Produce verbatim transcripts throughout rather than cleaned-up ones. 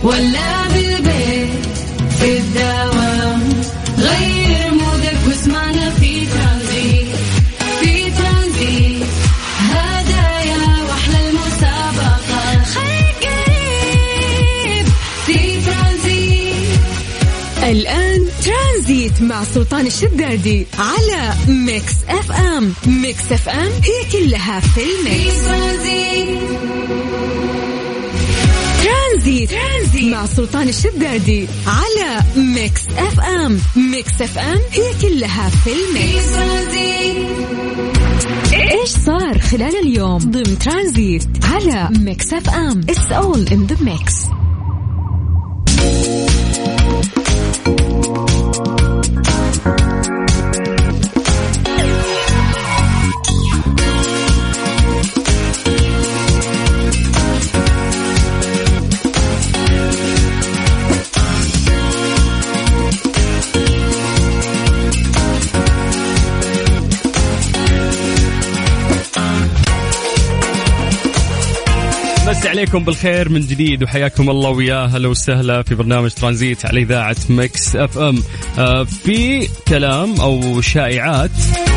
ولا بالبيت في الدوام، غير مودك واسمعنا في ترانزيت. في ترانزيت هدايا واحلى المسابقة، خليك قريب في ترانزيت. الآن ترانزيت مع سلطان الشدادي على ميكس اف ام. ميكس اف ام هي كلها في الميكس. ترانزيت. ترانزيت مع سلطان الشدادي على ميكس اف ام. ميكس اف ام هي كلها في الميكس. ايش صار خلال اليوم ضمن ترانزيت على ميكس اف ام. It's all in the mix. عليكم بالخير من جديد وحياكم الله ويا هلا وسهلا في برنامج ترانزيت على إذاعة ميكس اف ام. آه في كلام أو شائعات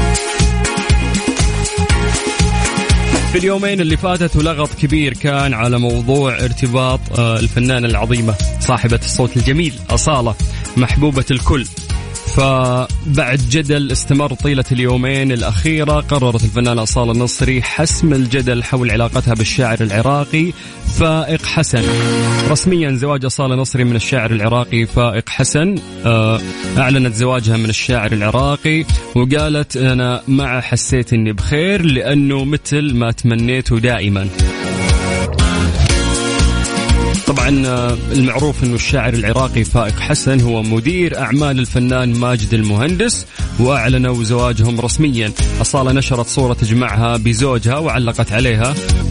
في اليومين اللي فاتت ولغط كبير كان على موضوع ارتباط آه الفنانة العظيمة صاحبة الصوت الجميل أصالة محبوبة الكل. فبعد جدل استمر طيلة اليومين الأخيرة قررت الفنانة أصالة النصري حسم الجدل حول علاقتها بالشاعر العراقي فائق حسن. رسميا زواج أصالة النصري من الشاعر العراقي فائق حسن. أعلنت زواجها من الشاعر العراقي وقالت أنا مع حسيت إني بخير لأنه مثل ما تمنيته دائما. طبعا المعروف أنه الشاعر العراقي فائق حسن هو مدير أعمال الفنان ماجد المهندس وأعلنوا زواجهم رسميا. أصالة نشرت صورة تجمعها بزوجها وعلقت عليها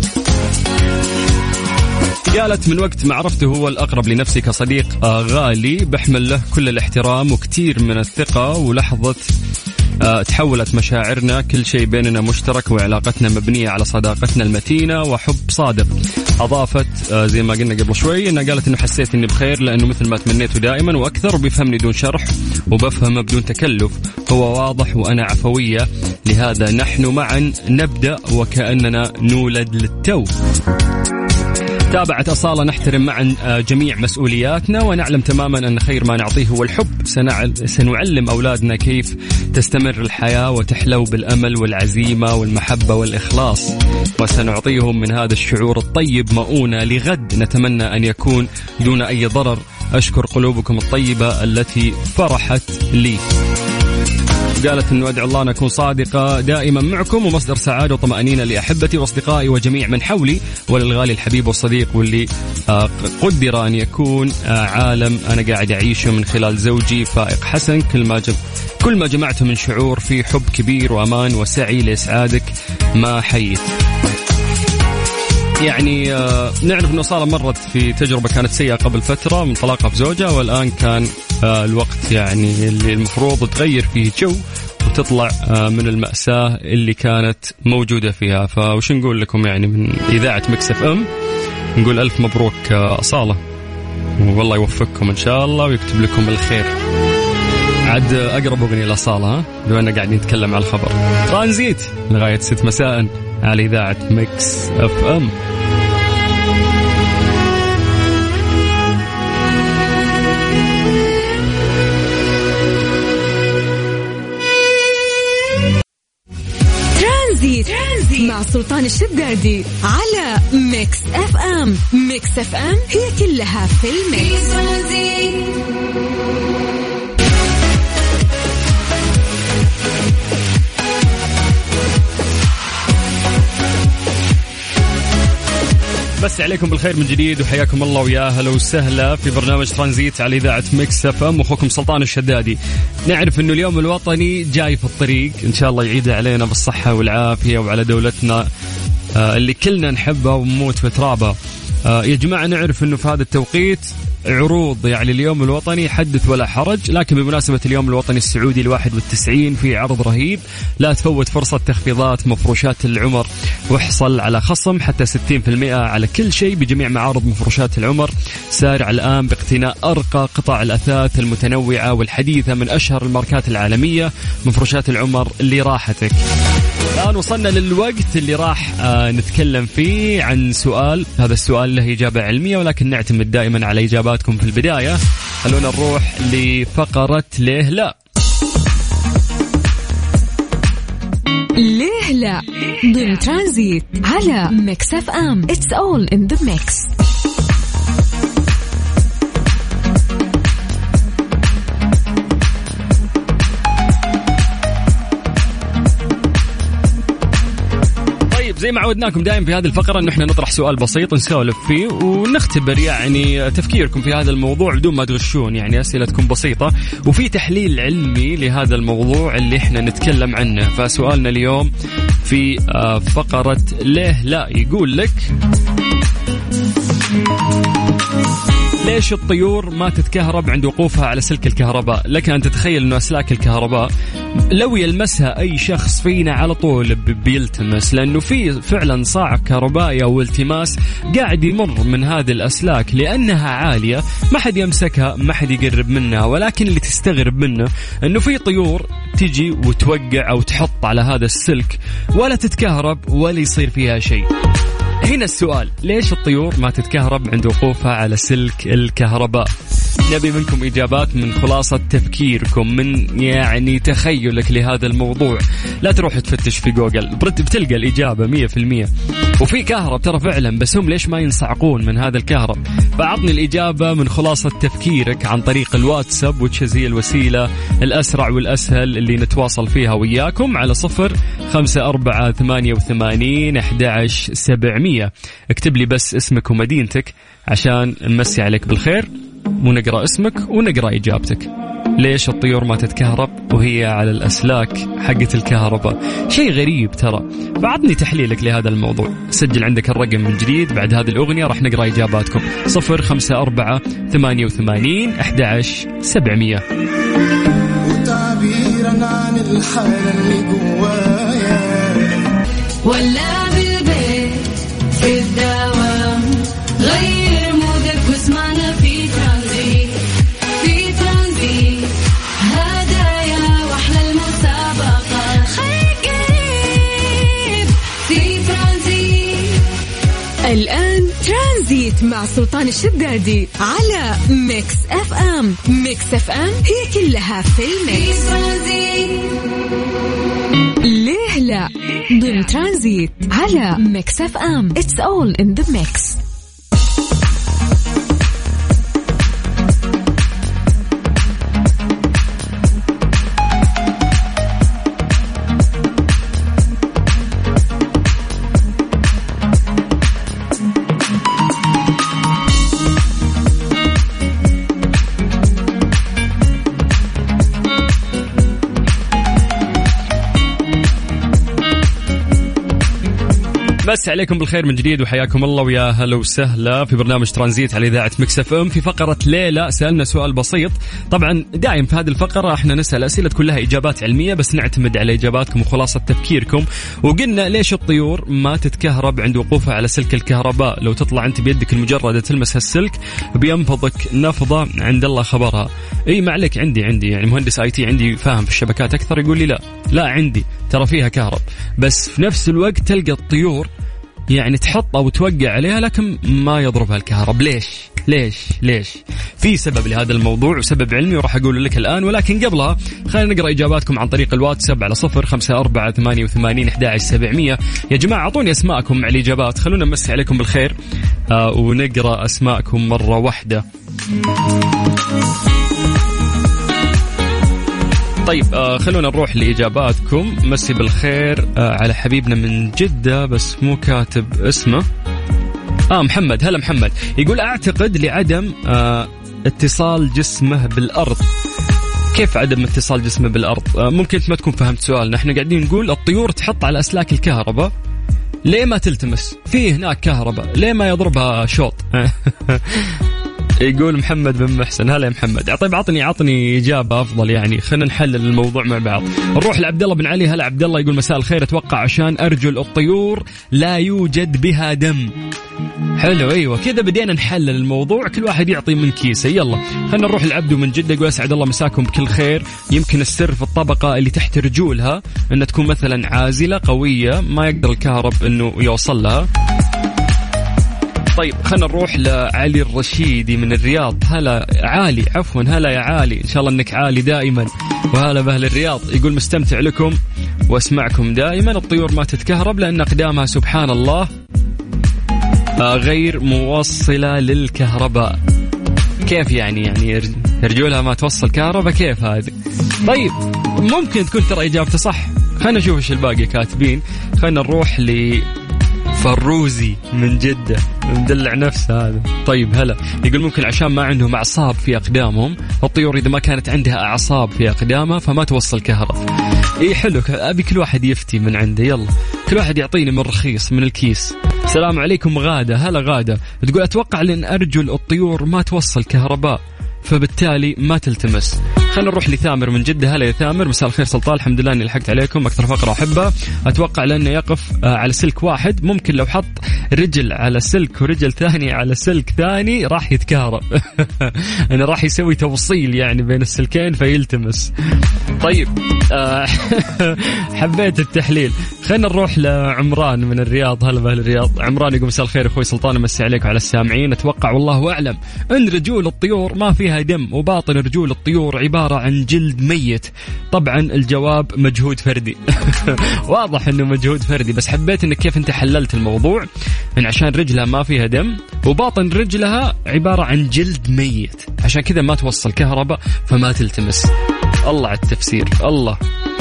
قالت من وقت ما عرفته هو الأقرب لنفسي كصديق غالي بحمل له كل الاحترام وكثير من الثقة ولحظة أه تحولت مشاعرنا كل شيء بيننا مشترك وعلاقتنا مبنية على صداقتنا المتينة وحب صادق. أضافت أه زي ما قلنا قبل شوي أنها قالت أنه حسيت أني بخير لأنه مثل ما تمنيته دائما وأكثر وبيفهمني دون شرح وبفهمه بدون تكلف. هو واضح وأنا عفوية لهذا نحن معا نبدأ وكأننا نولد للتو. تابعت أصالة نحترم معا جميع مسؤولياتنا ونعلم تماما أن خير ما نعطيه هو الحب. سنعلم أولادنا كيف تستمر الحياة وتحلو بالأمل والعزيمة والمحبة والإخلاص وسنعطيهم من هذا الشعور الطيب مؤونة لغد نتمنى أن يكون دون أي ضرر. أشكر قلوبكم الطيبة التي فرحت لي. قالت أنه أدعو الله أن أكون صادقة دائما معكم ومصدر سعادة وطمأنينة لأحبتي وأصدقائي وجميع من حولي وللغالي الحبيب والصديق واللي قدر أن يكون عالم أنا قاعد أعيشه من خلال زوجي فائق حسن. كل ما جب كل ما جمعته من شعور في حب كبير وأمان وسعي لإسعادك ما حيث. يعني آه نعرف أن أصالة مرت في تجربة كانت سيئة قبل فترة من طلاقها في زوجها والآن كان آه الوقت يعني اللي المفروض تغير فيه جو وتطلع آه من المأساة اللي كانت موجودة فيها. فوش نقول لكم يعني من إذاعة ميكس اف ام نقول ألف مبروك آه أصالة والله يوفقكم إن شاء الله ويكتب لكم الخير. عاد أقرب أغنية لأصالة ها بما أننا قاعدين نتكلم على الخبر. ترانزيت لغاية ست مساء على إذاعة ميكس اف ام. ترانزيت مع سلطان الشدادي على ميكس اف ام. ميكس اف ام هي كلها في الميكس. بس عليكم بالخير من جديد وحياكم الله ويا هلا وسهلا في برنامج ترانزيت على إذاعة ميكس اف ام وأخوكم سلطان الشدادي. نعرف إنه اليوم الوطني جاي في الطريق إن شاء الله يعيد علينا بالصحة والعافية وعلى دولتنا آه اللي كلنا نحبها ونموت في ترابها. آه يا جماعة نعرف أنه في هذا التوقيت عروض يعني اليوم الوطني حدث ولا حرج، لكن بمناسبة اليوم الوطني السعودي الواحد والتسعين في عرض رهيب، لا تفوت فرصة تخفيضات مفروشات العمر، واحصل على خصم حتى ستين بالمئة على كل شيء بجميع معارض مفروشات العمر. سارع الآن باقتناء أرقى قطع الأثاث المتنوعة والحديثة من أشهر الماركات العالمية. مفروشات العمر اللي راحتك. الآن وصلنا للوقت اللي راح آه نتكلم فيه عن سؤال، هذا السؤال له إجابة علمية ولكن نعتمد دائما على إجاباتكم في البداية. خلونا نروح لفقرة ليه لا. ليه لا ضمن ترانزيت على ميكس اف ام. It's all in the mix. زي ما عودناكم دائما في هذه الفقرة أنه إحنا نطرح سؤال بسيط نسولف فيه ونختبر يعني تفكيركم في هذا الموضوع بدون ما تغشون، يعني أسئلة تكون بسيطة وفي تحليل علمي لهذا الموضوع اللي إحنا نتكلم عنه. فسؤالنا اليوم في فقرة ليه لا يقول لك: ليش الطيور ما تتكهرب عند وقوفها على سلك الكهرباء؟ لك أن تتخيل أنه أسلاك الكهرباء لو يلمسها أي شخص فينا على طول بيلتمس، لأنه في فعلا صاع كهربائي أو التماس قاعد يمر من هذه الأسلاك لأنها عالية، ما حد يمسكها ما حد يقرب منها. ولكن اللي تستغرب منه أنه في طيور تجي وتوقع أو تحط على هذا السلك ولا تتكهرب ولا يصير فيها شيء. هنا السؤال: ليش الطيور ما تتكهرب عند وقوفها على سلك الكهرباء؟ نبي منكم إجابات من خلاصة تفكيركم، من يعني تخيلك لهذا الموضوع. لا تروح تفتش في جوجل بتلقى الإجابة مية في المية. وفي كهرب ترى فعلا، بس هم ليش ما ينصعقون من هذا الكهرب؟ فأعطني الإجابة من خلاصة تفكيرك عن طريق الواتساب، وتش هي الوسيلة الأسرع والأسهل اللي نتواصل فيها وياكم على صفر خمسة أربعة ثمانية وثمانين أحد عشر سبعمية. اكتب لي بس اسمك ومدينتك عشان نمسي عليك بالخير ونقرأ اسمك ونقرأ إجابتك. ليش الطيور ما تتكهرب وهي على الأسلاك حقة الكهرباء؟ شيء غريب ترى. فعطني تحليلك لهذا الموضوع. سجل عندك الرقم من جديد، بعد هذه الأغنية راح نقرأ إجاباتكم. صفر خمسة أربعة ثمانية وثمانين أحد عشر سبعمية. وتعبيرا عن الحالة اللي جوايا ولا بالبيت في الدوام، غير مودك واسمعنا في ترانزيت. في ترانزيت هدايا واحلى المسابقة، خليك قريب في ترانزيت. الآن ترانزيت مع سلطان الشدادي على ميكس اف ام. ميكس اف ام هي كلها في الميكس. ليه لا ضمن ترانزيت على ميكس اف ام. It's all in the mix. بس عليكم بالخير من جديد وحياكم الله ويا هلا وسهلا في برنامج ترانزيت على إذاعة ميكس اف ام. في فقرة ليلة سألنا سؤال بسيط. طبعا دائم في هذه الفقرة احنا نسأل أسئلة كلها إجابات علمية، بس نعتمد على إجاباتكم وخلاصة تفكيركم. وقلنا ليش الطيور ما تتكهرب عند وقوفها على سلك الكهرباء؟ لو تطلع أنت بيدك المجردة تلمس هالسلك بينفضك نفضة عند الله خبرها. اي ما عليك، عندي عندي يعني مهندس اي تي، عندي فاهم في الشبكات أكثر، يقول لي لا لا عندي ترى فيها كهرب. بس في نفس الوقت تلقى الطيور يعني تحط أو توقع عليها لكن ما يضربها الكهرب. ليش ليش ليش؟ في سبب لهذا الموضوع وسبب علمي وراح أقول لك الآن، ولكن قبلها خلينا نقرأ إجاباتكم عن طريق الواتساب على صفر خمسة أربعة ثمانية وثمانين أحد عشر سبعمية. يا جماعة أعطوني أسماءكم على الإجابات، خلونا نمسي عليكم بالخير آه ونقرأ أسماءكم مرة واحدة. طيب آه خلونا نروح لإجاباتكم. مسي بالخير آه على حبيبنا من جدة بس مو كاتب اسمه. آه محمد، هلا محمد. يقول أعتقد لعدم آه اتصال جسمه بالأرض. كيف عدم اتصال جسمه بالأرض؟ آه ممكن ما تكون فهمت سؤالنا. احنا قاعدين نقول الطيور تحط على أسلاك الكهرباء ليه ما تلتمس؟ في هناك كهرباء، ليه ما يضربها شوط؟ يقول محمد بن محسن. هلا يا محمد. طيب عطني عطني إجابة أفضل يعني، خلينا نحلل الموضوع مع بعض. نروح لعبد الله بن علي. هلا عبد الله. يقول مساء الخير، أتوقع عشان أرجل الطيور لا يوجد بها دم. حلو، أيوة كذا بدينا نحلل الموضوع، كل واحد يعطي من كيسه. يلا خلينا نروح لعبدو من جدة. يقول أسعد الله مساكم بكل خير. يمكن السر في الطبقة اللي تحت رجولها أن تكون مثلا عازلة قوية ما يقدر الكهرب أنه يوصل لها. طيب خلنا نروح لعلي الرشيدي من الرياض. هلا عالي، عفوا هلا يا عالي، إن شاء الله أنك عالي دائما، وهلا بأهل الرياض. يقول مستمتع لكم واسمعكم دائما. الطيور ما تتكهرب لأن أقدامها سبحان الله غير موصلة للكهرباء. كيف يعني؟ يعني رجولها ما توصل كهرباء؟ كيف هذه؟ طيب ممكن تكون ترى إجابته صح. خلنا نشوف إيش الباقي كاتبين. خلنا نروح ل فروزي من جدة، مدلع نفسه هذا. طيب هلا. يقول ممكن عشان ما عندهم أعصاب في أقدامهم. الطيور إذا ما كانت عندها أعصاب في أقدامها فما توصل كهرباء. إيه حلو، أبي كل واحد يفتي من عنده. يلا كل واحد يعطيني من رخيص من الكيس. السلام عليكم غادة. هلا غادة. تقول أتوقع لأن أرجل الطيور ما توصل كهرباء فبالتالي ما تلتمس. خلينا نروح لثامر من جدة. هلا يا ثامر. مساء الخير سلطان. الحمد لله اني لحقت عليكم. اكثر فقرة احبها. اتوقع لانه يقف على سلك واحد، ممكن لو حط رجل على سلك ورجل ثاني على سلك ثاني راح يتكهرب. انا راح يسوي توصيل يعني بين السلكين فيلتمس. طيب حبيت التحليل. خلينا نروح لعمران من الرياض. هلا بأهل الرياض. عمران يقول مساء الخير اخوي سلطان، امسي عليك وعلى السامعين. اتوقع والله اعلم ان رجول الطيور ما فيها دم، وباطن رجول الطيور عبارة عن جلد ميت. طبعا الجواب مجهود فردي. واضح انه مجهود فردي، بس حبيت انك كيف انت حللت الموضوع، ان عشان رجلها ما فيها دم وباطن رجلها عبارة عن جلد ميت، عشان كذا ما توصل كهرباء فما تلتمس. الله على التفسير، الله.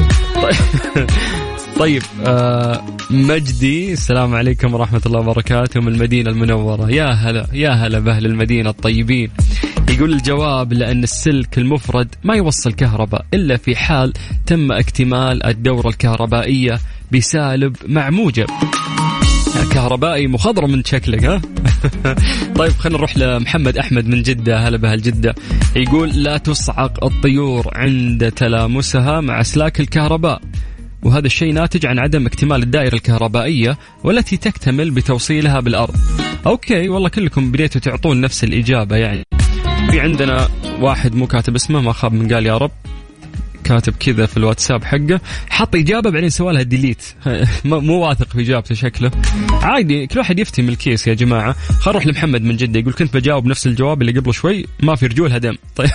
طيب, طيب آه مجدي. السلام عليكم ورحمة الله وبركاته من المدينة المنورة. يا هلا يا هلا بأهل المدينة الطيبين. يقول الجواب لأن السلك المفرد ما يوصل كهرباء إلا في حال تم اكتمال الدورة الكهربائية بسالب مع موجب. كهربائي مخضرم من شكلك ها. طيب خلينا نروح لمحمد أحمد من جدة. هلا بهالجدة. يقول لا تصعق الطيور عند تلامسها مع أسلاك الكهرباء، وهذا الشيء ناتج عن عدم اكتمال الدائرة الكهربائية والتي تكتمل بتوصيلها بالأرض. أوكي والله كلكم بديتوا تعطون نفس الإجابة. يعني في عندنا واحد مو كاتب اسمه، ما خاب من قال يا رب، كاتب كذا في الواتساب حقه، حط إجابة بعدين سوالها ديليت. مو واثق في إجابته شكله. عادي كل واحد يفتي من الكيس يا جماعة. خلينا نروح لمحمد من جدة. يقول كنت بجاوب نفس الجواب اللي قبل شوي، ما في رجولها دم. طيب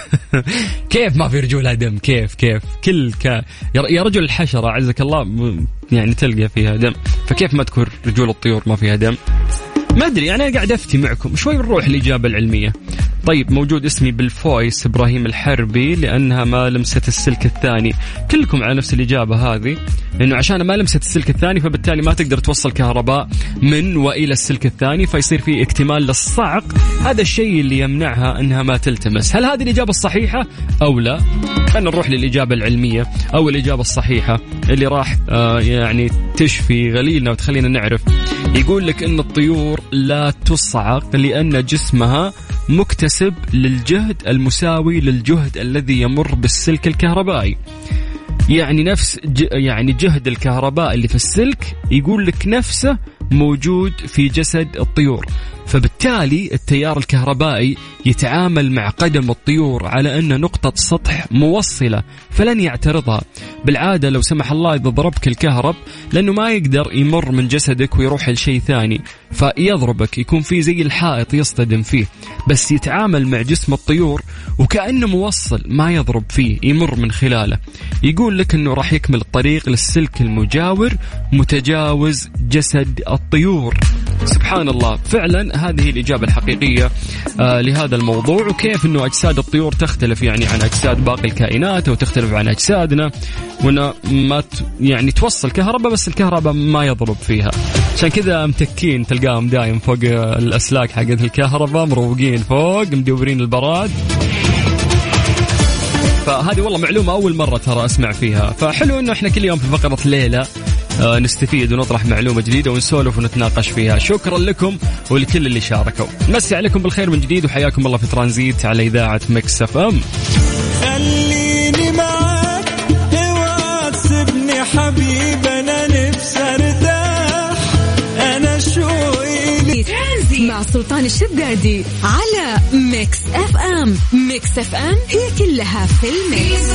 كيف ما في رجولها دم؟ كيف كيف كل ك... يا رجل الحشرة عزك الله يعني تلقى فيها دم، فكيف ما تكون رجول الطيور ما فيها دم؟ ما أدري يعني، أنا قاعد أفتي معكم شوي. بنروح الإجابة العلمية. طيب موجود اسمي بالفويس إبراهيم الحربي لأنها ما لمست السلك الثاني. كلكم على نفس الإجابة هذه، لأنه عشان ما لمست السلك الثاني فبالتالي ما تقدر توصل كهرباء من وإلى السلك الثاني، فيصير فيه اكتمال للصعق. هذا الشيء اللي يمنعها أنها ما تلتمس. هل هذه الإجابة الصحيحة أو لا؟ خلينا نروح للإجابة العلمية أو الإجابة الصحيحة اللي راح آه يعني تشفي غليلنا وتخلينا نعرف. يقول لك أن الطيور لا تصعق لأن جسمها مكتسب للجهد المساوي للجهد الذي يمر بالسلك الكهربائي. يعني نفس ج... يعني جهد الكهرباء اللي في السلك يقول لك نفسه موجود في جسد الطيور، فبالتالي التيار الكهربائي يتعامل مع قدم الطيور على أنه نقطة سطح موصلة فلن يعترضها. بالعادة لو سمح الله إذا ضربك الكهرب لأنه ما يقدر يمر من جسدك ويروح لشيء ثاني فيضربك، يكون فيه زي الحائط يصطدم فيه، بس يتعامل مع جسم الطيور وكأنه موصل ما يضرب فيه، يمر من خلاله. يقول لك أنه راح يكمل الطريق للسلك المجاور متجاوز جسد الطيور. سبحان الله، فعلا هذه الإجابة الحقيقية آه لهذا الموضوع. وكيف أنه أجساد الطيور تختلف يعني عن أجساد باقي الكائنات أو تختلف عن أجسادنا، وأنه ما يعني توصل كهرباء بس الكهرباء ما يضرب فيها. عشان كذا متكين تلقاهم دايم فوق الأسلاك حقت الكهرباء، مروقين فوق مدورين البراد. فهذه والله معلومة أول مرة ترى أسمع فيها. فحلو أنه إحنا كل يوم في فقرة ليلة آه نستفيد ونطرح معلومة جديدة ونسولف ونتناقش فيها. شكرا لكم ولكل اللي شاركوا. مسي عليكم بالخير من جديد وحياكم الله في ترانزيت على إذاعة ميكس اف ام. خليني معاك اوعى تسيبني حبيب انا نفسي ارتاح انا شوقي ترانزيت مع سلطان الشدادي على ميكس اف ام. ميكس اف ام هي كلها في الميكس.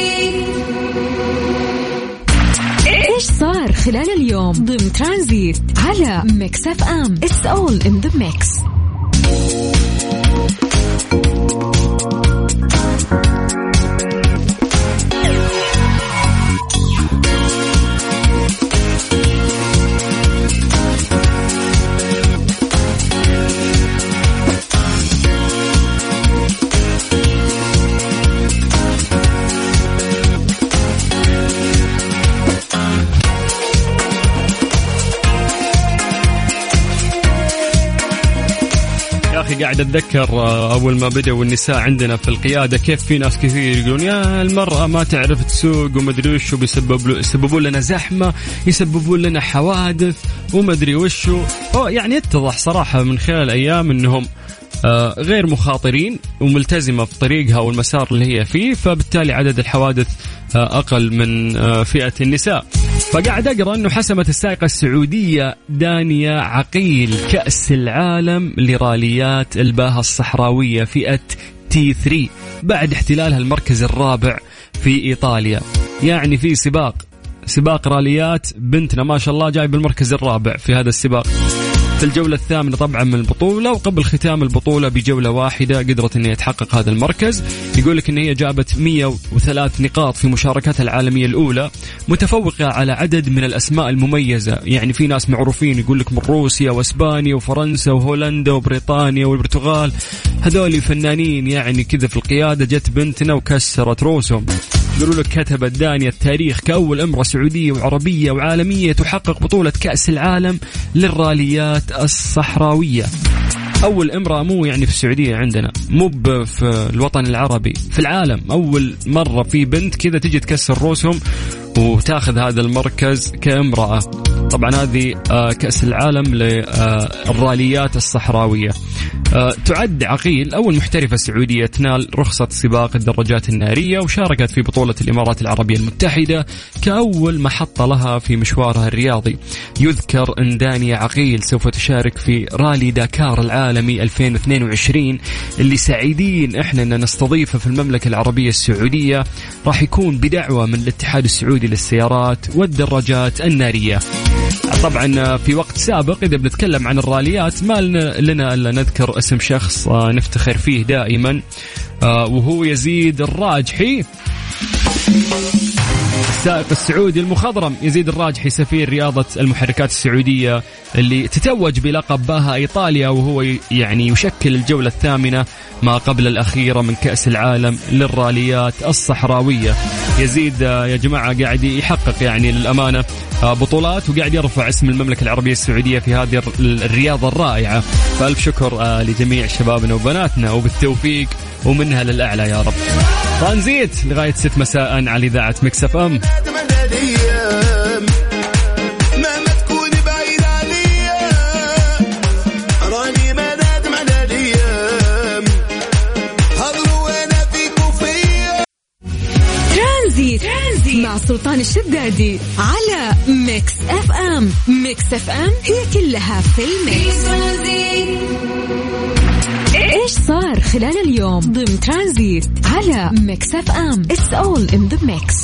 ايش صار خلال اليوم ضمن ترانزيت على ميكس اف ام. It's all in the mix. قاعد أتذكر أول ما بدأوا النساء عندنا في القيادة كيف في ناس كثير يقولون يا المرأة ما تعرف تسوق ومدري وش، وبيسببوا يسببوا لنا زحمة، يسببوا لنا حوادث ومدري وش. يعني يتضح صراحة من خلال الأيام أنهم غير مخاطرين وملتزمة في طريقها والمسار اللي هي فيه، فبالتالي عدد الحوادث أقل من فئة النساء. فقاعد أقرأ أنه حسمت السائقة السعودية دانيا عقيل كأس العالم لراليات الباهة الصحراوية فئة تي ثري بعد احتلالها المركز الرابع في إيطاليا. يعني في سباق سباق راليات بنتنا ما شاء الله جايب المركز الرابع في هذا السباق في الجولة الثامنة طبعا من البطولة. وقبل ختام البطولة بجولة واحدة قدرت أن يتحقق هذا المركز. يقول لك أن هي جابت مئة وثلاث نقاط في مشاركتها العالمية الأولى، متفوقة على عدد من الأسماء المميزة. يعني في ناس معروفين يقول لك من روسيا واسبانيا وفرنسا وهولندا وبريطانيا والبرتغال، هذول فنانين يعني كذا في القيادة. جت بنتنا وكسرت روسهم. يقولوا لك كتبت دانيا التاريخ كأول امرأة سعودية وعربية وعالمية تحقق بطولة كأس العالم للراليات الصحراوية. أول امرأة مو يعني في السعودية عندنا، مو في الوطن العربي، في العالم أول مرة في بنت كذا تجي تكسر روسهم وتاخذ هذا المركز كامرأة. طبعا هذه كأس العالم للراليات الصحراوية. تعد عقيل أول محترفة سعودية تنال رخصة سباق الدراجات النارية، وشاركت في بطولة الإمارات العربية المتحدة كأول محطة لها في مشوارها الرياضي. يذكر أن دانيا عقيل سوف تشارك في رالي داكار العالمي ألفين واثنين وعشرين اللي سعيدين إحنا أن نستضيفه في المملكة العربية السعودية. راح يكون بدعوة من الاتحاد السعودي للسيارات والدراجات النارية. طبعا في وقت سابق إذا بنتكلم عن الراليات ما لنا إلا نذكر اسم شخص نفتخر فيه دائما، وهو يزيد الراجحي، السائق السعودي المخضرم. يزيد الراجحي سفير رياضة المحركات السعودية اللي تتوج بلقب باها إيطاليا، وهو يعني يشكل الجولة الثامنة ما قبل الأخيرة من كأس العالم للراليات الصحراوية. يزيد يا جماعة قاعد يحقق يعني للأمانة بطولات وقاعد يرفع اسم المملكة العربية السعودية في هذه الرياضة الرائعة. فألف شكر لجميع شبابنا وبناتنا وبالتوفيق ومنها للأعلى يا رب. ترانزيت لغاية ست مساء على إذاعة ميكس اف ام. ترانزيت مع سلطان الشدادي على ميكس اف ام. ميكس اف ام هي كلها في الميكس. ايش صار خلال اليوم ضمن ترانزيت على ميكس اف ام. It's all in the mix.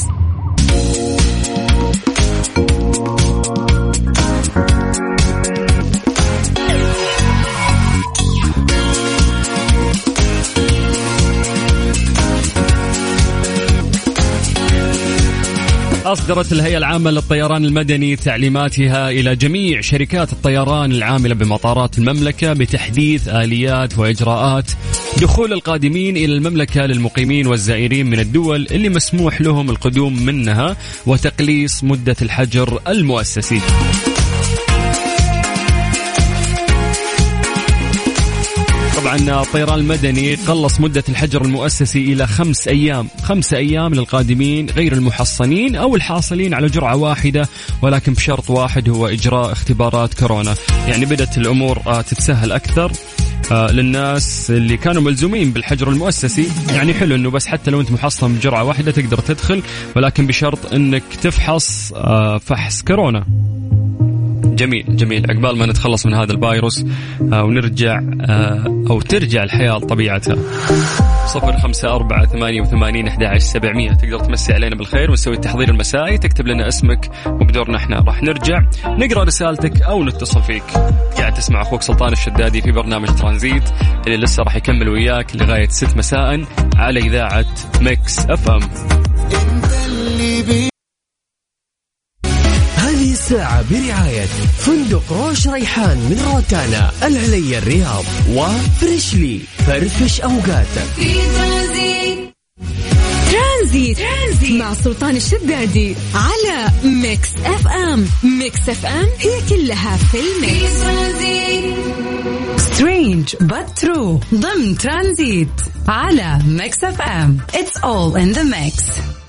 أصدرت الهيئة العامة للطيران المدني تعليماتها إلى جميع شركات الطيران العاملة بمطارات المملكة بتحديث آليات وإجراءات دخول القادمين إلى المملكة للمقيمين والزائرين من الدول اللي مسموح لهم القدوم منها، وتقليص مدة الحجر المؤسسي. طبعا الطيران المدني قلص مدة الحجر المؤسسي إلى خمس أيام خمس أيام للقادمين غير المحصنين أو الحاصلين على جرعة واحدة، ولكن بشرط واحد هو إجراء اختبارات كورونا. يعني بدأت الأمور تتسهل أكثر للناس اللي كانوا ملزومين بالحجر المؤسسي. يعني حلو أنه بس حتى لو أنت محصن بجرعة واحدة تقدر تدخل، ولكن بشرط أنك تفحص فحص كورونا. جميل جميل، عقبال ما نتخلص من هذا الفيروس ونرجع أو ترجع الحياة لطبيعتها. صفر خمسة أربعة ثمانية وثمانين أحد عشر سبعمية تقدر تمسي علينا بالخير ونسوي التحضير المسائي، تكتب لنا اسمك وبدورنا احنا راح نرجع نقرأ رسالتك أو نتصل فيك. قاعد تسمع أخوك سلطان الشدادي في برنامج ترانزيت اللي لسه راح يكمل وياك لغاية ست مساء على إذاعة ميكس أف أم. هذه الساعة برعاية فندق روش ريحان من روتانا العليا الرياض وفريشلي فرفش أوقاتك. في ترانزيت ترانزيت مع سلطان الشدادي على ميكس اف ام. ميكس اف ام هي كلها في الميكس. سترينج but true ضمن ترانزيت على ميكس اف ام. It's all in the mix.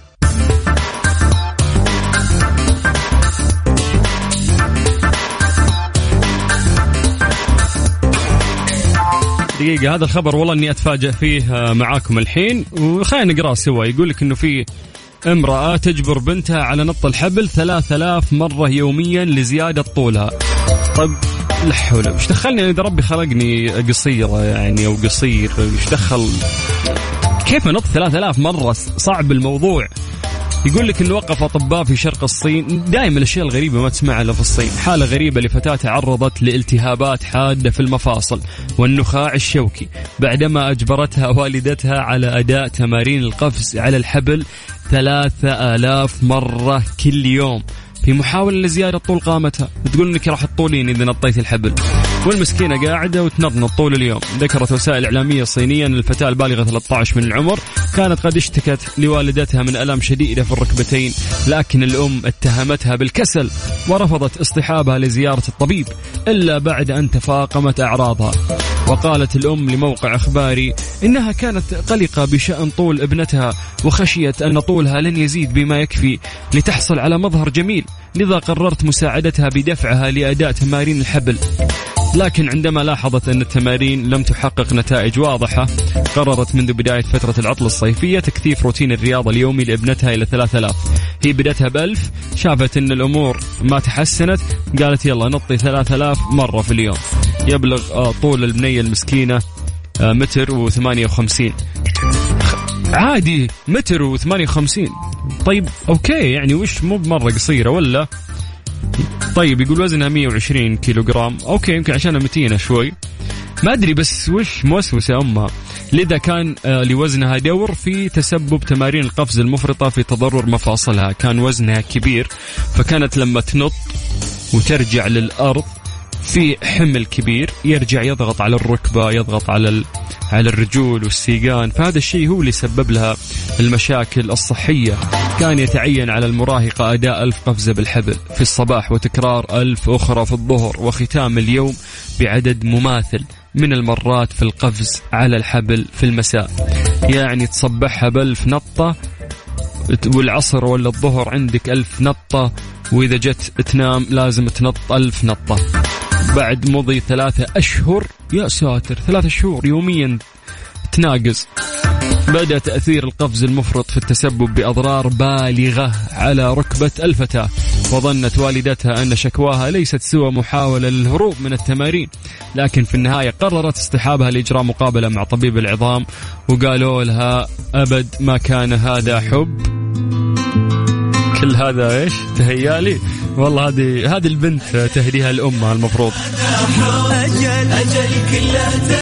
دقيقة، هذا الخبر والله أني أتفاجأ فيه معاكم الحين وخلينا نقرأ سوا. يقولك أنه في امرأة تجبر بنتها على نط الحبل ثلاث آلاف مرة يوميا لزيادة طولها. طب لا حول، وش دخلني إذا ربي خلقني قصيرة يعني أو قصير، وش دخل كيف نط ثلاث آلاف مرة؟ صعب الموضوع. يقول لك إنه وقف أطباء في شرق الصين. دائما الأشياء الغريبة ما تسمعها إلا في الصين. حالة غريبة لفتاة تعرضت لالتهابات حادة في المفاصل والنخاع الشوكي بعدما أجبرتها والدتها على أداء تمارين القفز على الحبل ثلاثة آلاف مرة كل يوم في محاولة لزيادة طول قامتها. بتقول إنك راح تطولين إذا نطيت الحبل، والمسكينة قاعدة وتنضنط طول اليوم. ذكرت وسائل إعلامية صينية أن الفتاة البالغة ثلاثة عشر من العمر كانت قد اشتكت لوالدتها من ألم شديدة في الركبتين، لكن الأم اتهمتها بالكسل ورفضت اصطحابها لزيارة الطبيب إلا بعد أن تفاقمت أعراضها. وقالت الأم لموقع إخباري إنها كانت قلقة بشأن طول ابنتها وخشيت أن طولها لن يزيد بما يكفي لتحصل على مظهر جميل، لذا قررت مساعدتها بدفعها لأداء تمارين الحبل. لكن عندما لاحظت أن التمارين لم تحقق نتائج واضحة قررت منذ بداية فترة العطلة الصيفية تكثيف روتين الرياضة اليومي لابنتها إلى ثلاثة آلاف. هي بدأتها بألف، شافت أن الأمور ما تحسنت قالت يلا نطي ثلاثة آلاف مرة في اليوم. يبلغ طول البنية المسكينة متر وثمانية وخمسين. عادي متر وثمانية وخمسين، طيب أوكي يعني وش مو بمرة قصيرة ولا؟ طيب يقول وزنها مية وعشرين كيلوغرام، أوكي يمكن عشان متينة شوي ما أدري، بس وش موسوسة أمها. لذا كان لوزنها دور في تسبب تمارين القفز المفرطة في تضرر مفاصلها. كان وزنها كبير فكانت لما تنط وترجع للأرض في حمل كبير يرجع يضغط على الركبة، يضغط على على الرجول والسيقان، فهذا الشيء هو اللي سبب لها المشاكل الصحية. كان يتعين على المراهقة أداء ألف قفزة بالحبل في الصباح وتكرار ألف أخرى في الظهر، وختام اليوم بعدد مماثل من المرات في القفز على الحبل في المساء. يعني تصبحها بألف نطة والعصر ولا الظهر عندك ألف نطة، وإذا جت تنام لازم تنط ألف نطة. بعد مضي ثلاثة أشهر، يا ساتر ثلاثة شهور يوميا تناقز، بدأ تأثير القفز المفرط في التسبب بأضرار بالغة على ركبة الفتاة، وظنت والدتها أن شكواها ليست سوى محاولة للهروب من التمارين، لكن في النهاية قررت اصطحابها لإجراء مقابلة مع طبيب العظام، وقالوا لها أبد ما كان هذا حب، كل هذا إيش تهيالي. والله هذه هذه البنت تهديها الأم المفروض. أجل أجل كلها